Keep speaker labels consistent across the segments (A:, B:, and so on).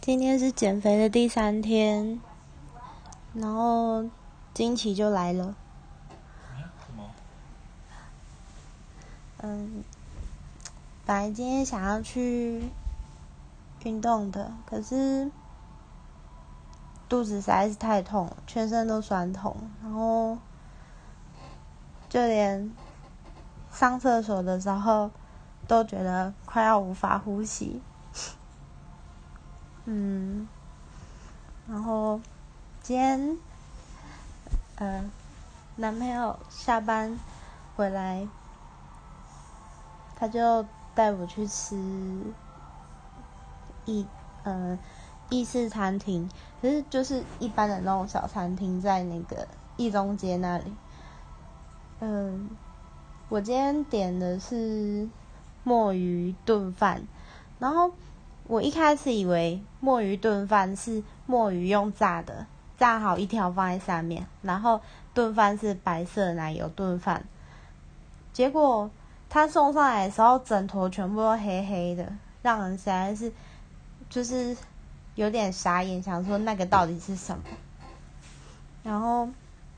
A: 今天是减肥的第3天，然后经期就来了。
B: 什么？
A: 本来今天想要去运动的，可是肚子实在是太痛，全身都酸痛，然后就连上厕所的时候都觉得快要无法呼吸。然后今天男朋友下班回来，他就带我去吃意式餐厅，可是就是一般的那种小餐厅，在那个一中街那里。我今天点的是墨鱼炖饭，然后我一开始以为墨鱼炖饭是墨鱼用炸的，炸好一条放在上面，然后炖饭是白色奶油炖饭。结果他送上来的时候，整坨全部都黑黑的，让人实在是就是有点傻眼，想说那个到底是什么。然后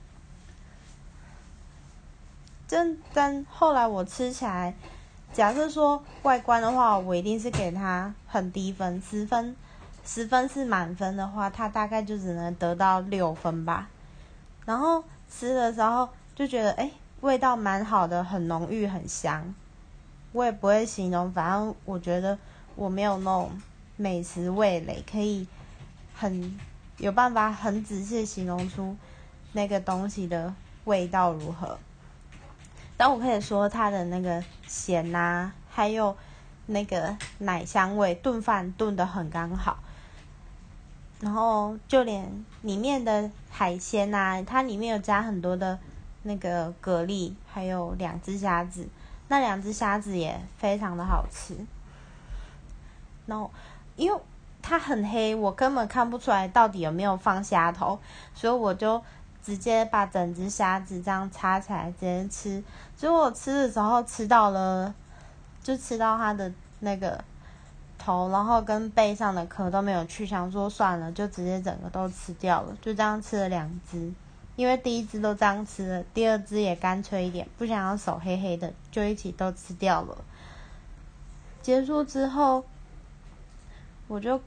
A: 但后来我吃起来，假设说外观的话，我一定是给它很低分，10分是满分的话，它大概就只能得到6分吧。然后吃的时候就觉得味道蛮好的，很浓郁很香。我也不会形容，反正我觉得我没有那种美食味蕾，可以有办法很仔细形容出那个东西的味道如何。但我可以说它的那个咸啊，还有那个奶香味，炖饭炖得很刚好。然后就连里面的海鲜啊，它里面有加很多的那个蛤蜊，还有2只虾子，那2只虾子也非常的好吃。然后因为它很黑，我根本看不出来到底有没有放虾头，所以我就直接把整只虾子这样插起来直接吃。结果我吃的时候吃到它的那个头，然后跟背上的壳都没有去，想说算了，就直接整个都吃掉了，就这样吃了2只。因为第1只都这样吃了，第2只也干脆一点，不想要手黑黑的，就一起都吃掉了。结束之后，我就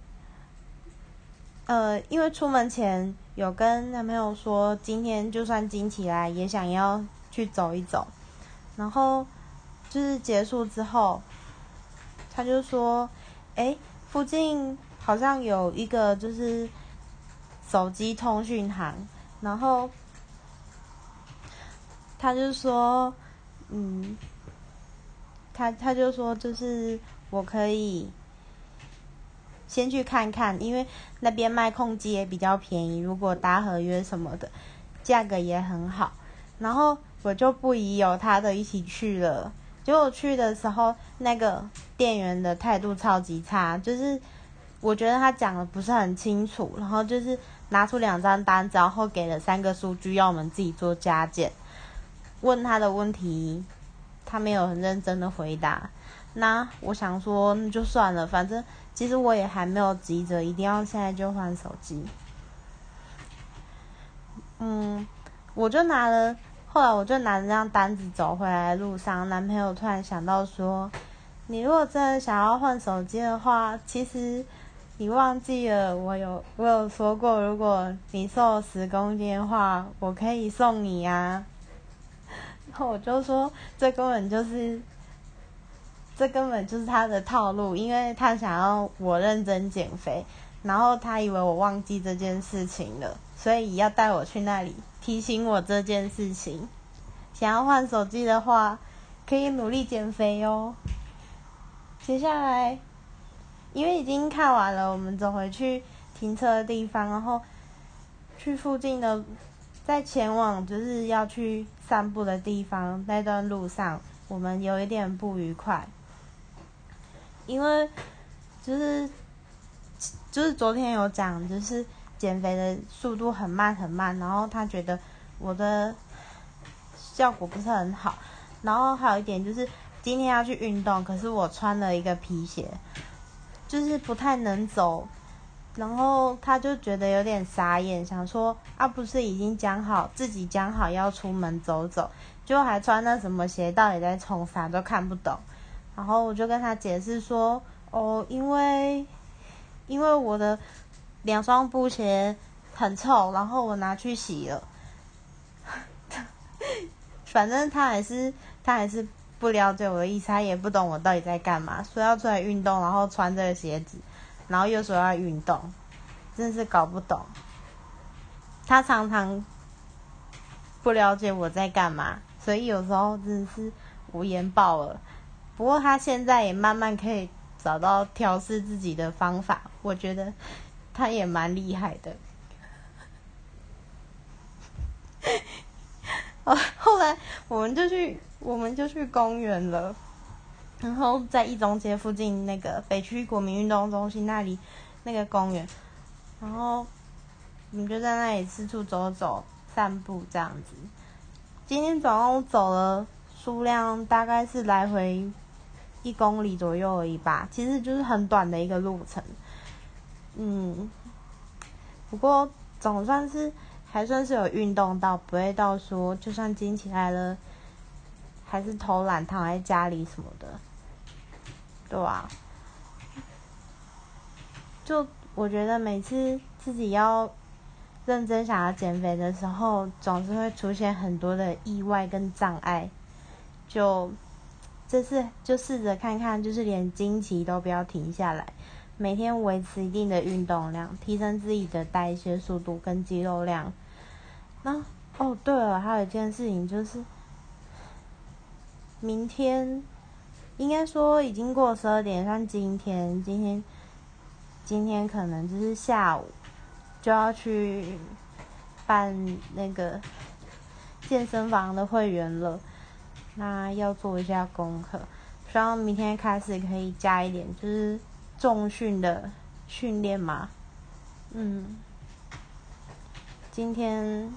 A: 因为出门前有跟男朋友说，今天就算经期来也想要去走一走。然后就是结束之后，他就说附近好像有一个就是手机通讯行，然后他就说他就说就是我可以先去看看，因为那边卖控机也比较便宜，如果搭合约什么的，价格也很好。然后我就不疑有他的一起去了。结果去的时候，那个店员的态度超级差，就是我觉得他讲的不是很清楚，然后就是拿出2张单子，然后给了3个数据要我们自己做加减。问他的问题，他没有很认真的回答。那我想说那就算了，反正其实我也还没有急着一定要现在就换手机。后来我就拿着这张单子走回来的路上，男朋友突然想到说，你如果真的想要换手机的话，其实你忘记了我有说过，如果你瘦10公斤的话，我可以送你啊。然后我就说这根本就是他的套路，因为他想要我认真减肥，然后他以为我忘记这件事情了，所以要带我去那里提醒我这件事情。想要换手机的话，可以努力减肥哦。接下来因为已经看完了，我们走回去停车的地方，然后去附近的在前往就是要去散步的地方，那段路上我们有一点不愉快，因为就是昨天有讲，就是减肥的速度很慢很慢，然后他觉得我的效果不是很好。然后还有一点就是今天要去运动，可是我穿了一个皮鞋，就是不太能走然后他就觉得有点傻眼，想说啊，不是已经自己讲好要出门走走，就还穿那什么鞋，到底在冲啥都看不懂。然后我就跟他解释说，哦，因为我的2双布鞋很臭，然后我拿去洗了。反正他还是不了解我的意思，他也不懂我到底在干嘛，说要出来运动，然后穿这个鞋子，然后又说要运动，真的是搞不懂。他常常不了解我在干嘛，所以有时候真的是无言爆了。不过他现在也慢慢可以找到调试自己的方法，我觉得他也蛮厉害的。后来我们就去公园了，然后在一中街附近那个北区国民运动中心那里那个公园，然后我们就在那里四处走走散步这样子。今天早上走了数量大概是来回1公里左右而已吧，其实就是很短的一个路程。不过总算是还算是有运动到，不会到说就算惊起来了还是偷懒躺在家里什么的，对啊。就我觉得每次自己要认真想要减肥的时候，总是会出现很多的意外跟障碍。这次就试着看看，就是连经期都不要停下来，每天维持一定的运动量，提升自己的代谢速度跟肌肉量。对了，还有一件事情就是，明天应该说已经过12点，像今天可能就是下午就要去办那个健身房的会员了，那要做一下功课，希望明天开始可以加一点就是重训的训练嘛。今天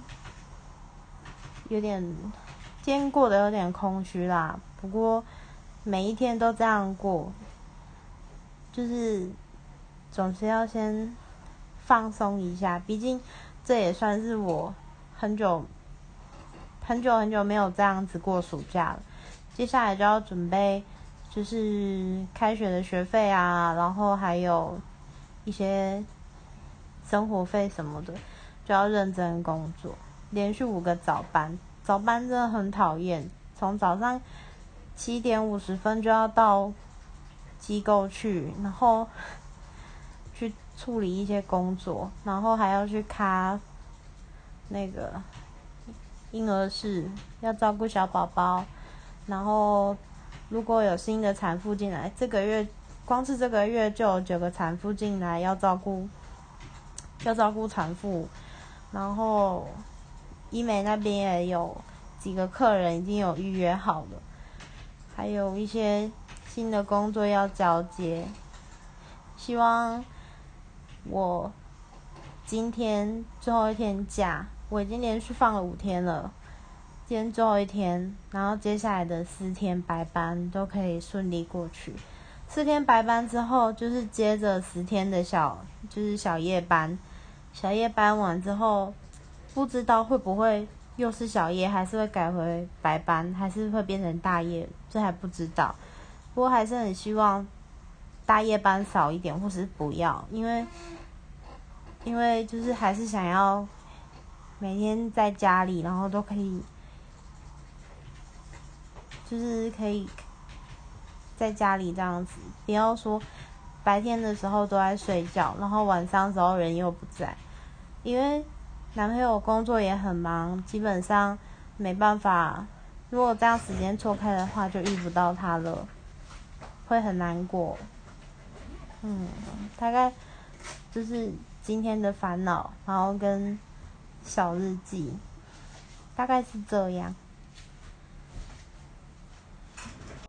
A: 过得有点空虚啦，不过每一天都这样过，就是总是要先放松一下，毕竟这也算是我很久没有这样子过暑假了。接下来就要准备就是开学的学费啊，然后还有一些生活费什么的，就要认真工作。连续5个早班真的很讨厌，从早上7点50分就要到机构去，然后去处理一些工作，然后还要去看那个婴儿室，要照顾小宝宝，然后如果有新的产妇进来，光是这个月就有9个产妇进来要照顾产妇，然后医美那边也有几个客人已经有预约好了，还有一些新的工作要交接。希望我今天最后一天假，我已经连续放了5天了，今天最后一天，然后接下来的4天白班都可以顺利过去。4天白班之后，就是接着10天的小夜班。小夜班完之后，不知道会不会又是小夜，还是会改回白班，还是会变成大夜，这还不知道。不过还是很希望大夜班少一点，或是不要，因为就是还是想要每天在家里，然后都可以，就是可以在家里这样子，不要说白天的时候都在睡觉，然后晚上的时候人又不在。因为男朋友工作也很忙，基本上没办法，如果这样时间错开的话，就遇不到他了，会很难过。大概就是今天的烦恼，然后跟小日记，大概是这样。